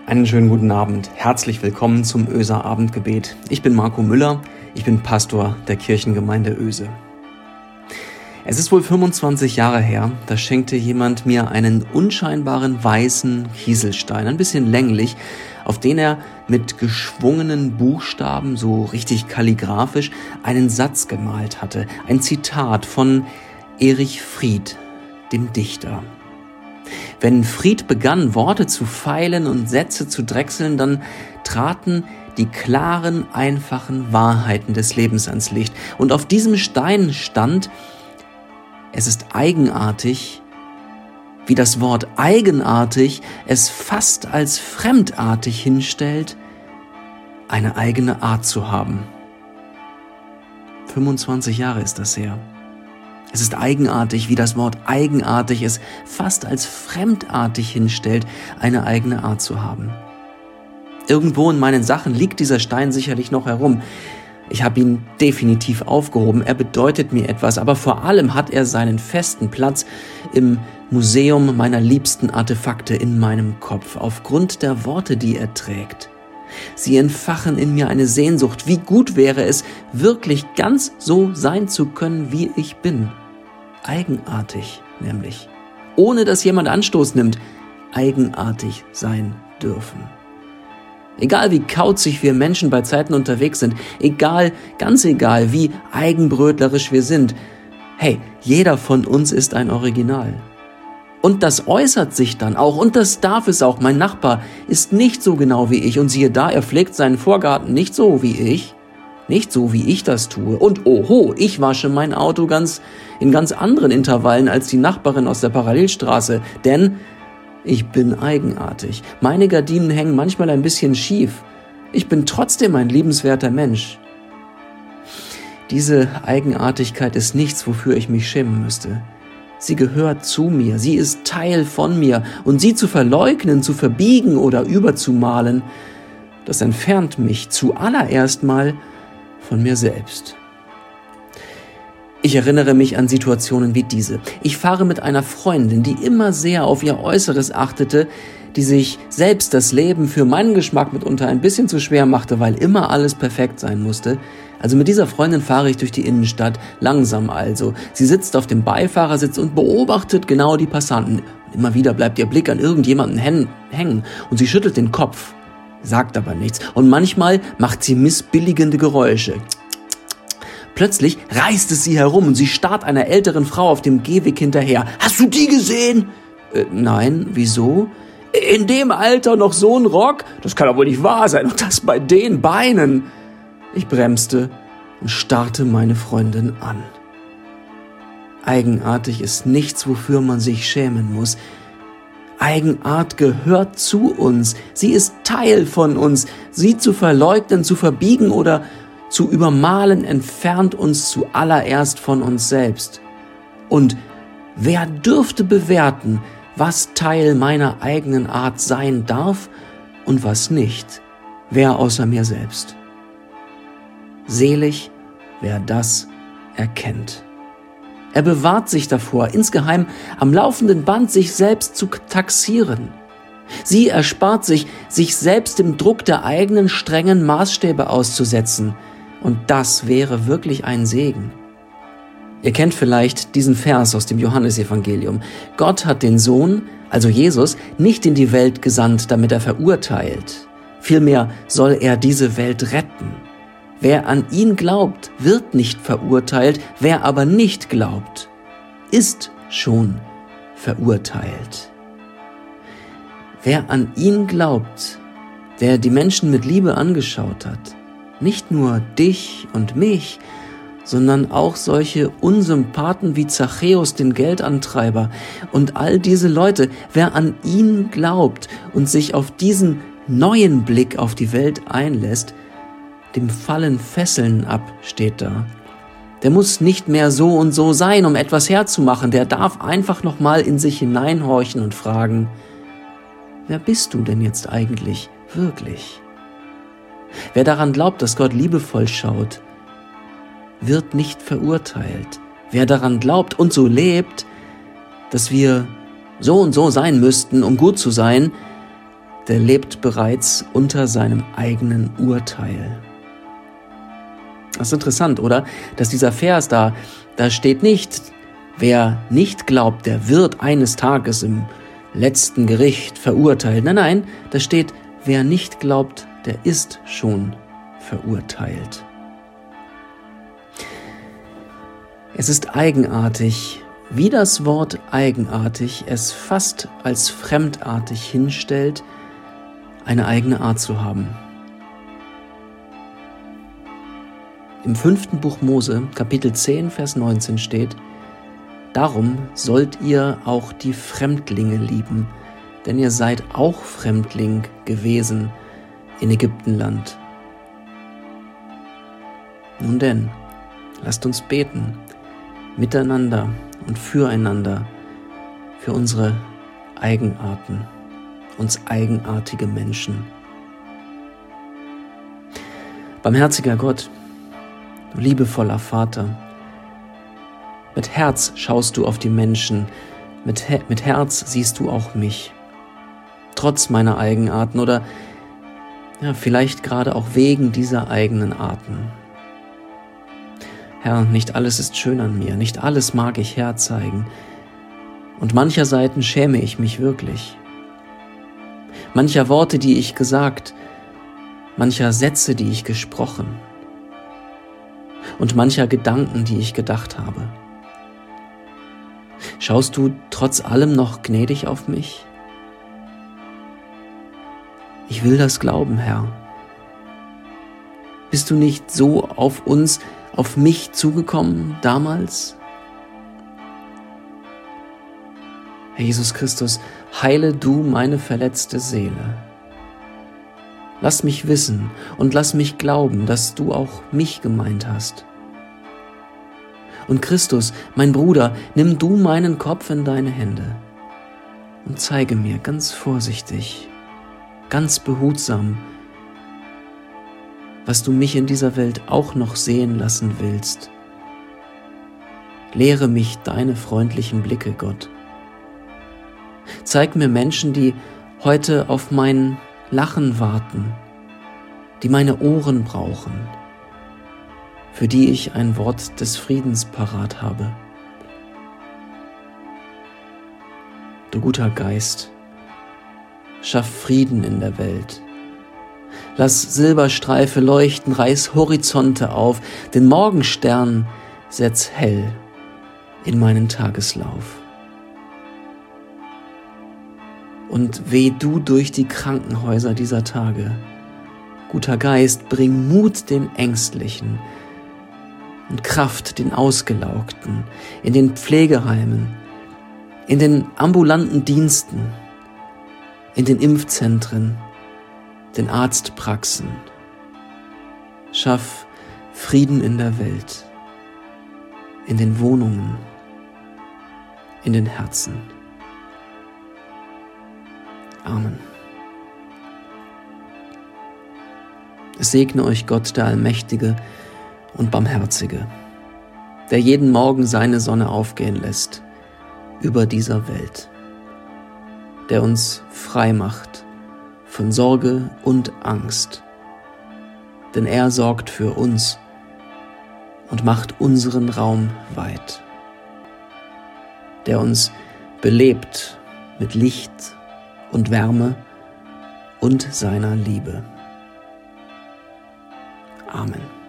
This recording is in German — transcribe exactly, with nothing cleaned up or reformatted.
Einen schönen guten Abend. Herzlich willkommen zum Oeser Abendgebet. Ich bin Marco Müller, ich bin Pastor der Kirchengemeinde Oese. Es ist wohl fünfundzwanzig Jahre her, da schenkte jemand mir einen unscheinbaren weißen Kieselstein, ein bisschen länglich, auf den er mit geschwungenen Buchstaben, so richtig kalligraphisch, einen Satz gemalt hatte. Ein Zitat von Erich Fried, dem Dichter. Wenn Fried begann, Worte zu feilen und Sätze zu drechseln, dann traten die klaren, einfachen Wahrheiten des Lebens ans Licht. Und auf diesem Stein stand: Es ist eigenartig, wie das Wort eigenartig es fast als fremdartig hinstellt, eine eigene Art zu haben. fünfundzwanzig Jahre ist das her. Es ist eigenartig, wie das Wort eigenartig es fast als fremdartig hinstellt, eine eigene Art zu haben. Irgendwo in meinen Sachen liegt dieser Stein sicherlich noch herum. Ich habe ihn definitiv aufgehoben, er bedeutet mir etwas, aber vor allem hat er seinen festen Platz im Museum meiner liebsten Artefakte in meinem Kopf, aufgrund der Worte, die er trägt. Sie entfachen in mir eine Sehnsucht. Wie gut wäre es, wirklich ganz so sein zu können, wie ich bin. Eigenartig, nämlich. Ohne dass jemand Anstoß nimmt, eigenartig sein dürfen. Egal wie kauzig wir Menschen bei Zeiten unterwegs sind, egal, ganz egal, wie eigenbrötlerisch wir sind, hey, jeder von uns ist ein Original. Und das äußert sich dann auch, und das darf es auch. Mein Nachbar ist nicht so genau wie ich, und siehe da, er pflegt seinen Vorgarten nicht so wie ich, nicht so wie ich das tue. Und oho, ich wasche mein Auto ganz in ganz anderen Intervallen als die Nachbarin aus der Parallelstraße, denn ich bin eigenartig. Meine Gardinen hängen manchmal ein bisschen schief. Ich bin trotzdem ein liebenswerter Mensch. Diese Eigenartigkeit ist nichts, wofür ich mich schämen müsste. Sie gehört zu mir, sie ist Teil von mir, und sie zu verleugnen, zu verbiegen oder überzumalen, das entfernt mich zuallererst mal von mir selbst. Ich erinnere mich an Situationen wie diese. Ich fahre mit einer Freundin, die immer sehr auf ihr Äußeres achtete, die sich selbst das Leben für meinen Geschmack mitunter ein bisschen zu schwer machte, weil immer alles perfekt sein musste. Also mit dieser Freundin fahre ich durch die Innenstadt, langsam also. Sie sitzt auf dem Beifahrersitz und beobachtet genau die Passanten. Immer wieder bleibt ihr Blick an irgendjemanden hängen und sie schüttelt den Kopf, sagt aber nichts. Und manchmal macht sie missbilligende Geräusche. Plötzlich reißt es sie herum und sie starrt einer älteren Frau auf dem Gehweg hinterher. Hast du die gesehen? Äh, nein, wieso? In dem Alter noch so ein Rock? Das kann doch wohl nicht wahr sein. Und das bei den Beinen. Ich bremste und starrte meine Freundin an. Eigenartig ist nichts, wofür man sich schämen muss. Eigenart gehört zu uns. Sie ist Teil von uns. Sie zu verleugnen, zu verbiegen oder zu übermalen, entfernt uns zuallererst von uns selbst. Und wer dürfte bewerten, was Teil meiner eigenen Art sein darf und was nicht? Wer außer mir selbst? Selig, wer das erkennt. Er bewahrt sich davor, insgeheim am laufenden Band sich selbst zu taxieren. Sie erspart sich, sich selbst dem Druck der eigenen strengen Maßstäbe auszusetzen. Und das wäre wirklich ein Segen. Ihr kennt vielleicht diesen Vers aus dem Johannesevangelium. Gott hat den Sohn, also Jesus, nicht in die Welt gesandt, damit er verurteilt. Vielmehr soll er diese Welt retten. Wer an ihn glaubt, wird nicht verurteilt. Wer aber nicht glaubt, ist schon verurteilt. Wer an ihn glaubt, der die Menschen mit Liebe angeschaut hat, nicht nur dich und mich, sondern auch solche Unsympathen wie Zachäus, den Geldantreiber, und all diese Leute, wer an ihn glaubt und sich auf diesen neuen Blick auf die Welt einlässt, dem fallen Fesseln ab, steht da. Der muss nicht mehr so und so sein, um etwas herzumachen. Der darf einfach nochmal in sich hineinhorchen und fragen: Wer bist du denn jetzt eigentlich wirklich? Wer daran glaubt, dass Gott liebevoll schaut, wird nicht verurteilt. Wer daran glaubt und so lebt, dass wir so und so sein müssten, um gut zu sein, der lebt bereits unter seinem eigenen Urteil. Das ist interessant, oder? Dass dieser Vers da, da steht nicht, wer nicht glaubt, der wird eines Tages im letzten Gericht verurteilt. Nein, nein, da steht, wer nicht glaubt, der ist schon verurteilt. Es ist eigenartig, wie das Wort eigenartig es fast als fremdartig hinstellt, eine eigene Art zu haben. Im fünften Buch Mose, Kapitel zehn, Vers neunzehn steht: Darum sollt ihr auch die Fremdlinge lieben, denn ihr seid auch Fremdling gewesen in Ägyptenland. Nun denn, lasst uns beten, miteinander und füreinander, für unsere Eigenarten, uns eigenartige Menschen. Barmherziger Gott, du liebevoller Vater, mit Herz schaust du auf die Menschen, mit, He- mit Herz siehst du auch mich. Trotz meiner Eigenarten oder ja, vielleicht gerade auch wegen dieser eigenen Arten. Herr, nicht alles ist schön an mir, nicht alles mag ich herzeigen. Und mancher Seiten schäme ich mich wirklich. Mancher Worte, die ich gesagt, mancher Sätze, die ich gesprochen und mancher Gedanken, die ich gedacht habe. Schaust du trotz allem noch gnädig auf mich? Ich will das glauben, Herr. Bist du nicht so auf uns, auf mich zugekommen damals? Herr Jesus Christus, heile du meine verletzte Seele. Lass mich wissen und lass mich glauben, dass du auch mich gemeint hast. Und Christus, mein Bruder, nimm du meinen Kopf in deine Hände und zeige mir ganz vorsichtig, ganz behutsam, was du mich in dieser Welt auch noch sehen lassen willst. Lehre mich deine freundlichen Blicke, Gott. Zeig mir Menschen, die heute auf mein Lachen warten, die meine Ohren brauchen, für die ich ein Wort des Friedens parat habe. Du guter Geist, schaff Frieden in der Welt. Lass Silberstreife leuchten, reiß Horizonte auf, den Morgenstern setz hell in meinen Tageslauf. Und weh du durch die Krankenhäuser dieser Tage. Guter Geist, bring Mut den Ängstlichen und Kraft den Ausgelaugten, in den Pflegeheimen, in den ambulanten Diensten, in den Impfzentren, den Arztpraxen. Schaff Frieden in der Welt, in den Wohnungen, in den Herzen. Amen. Es segne euch Gott, der Allmächtige und Barmherzige, der jeden Morgen seine Sonne aufgehen lässt über dieser Welt, der uns frei macht von Sorge und Angst, denn er sorgt für uns und macht unseren Raum weit, der uns belebt mit Licht und Wärme und seiner Liebe. Amen.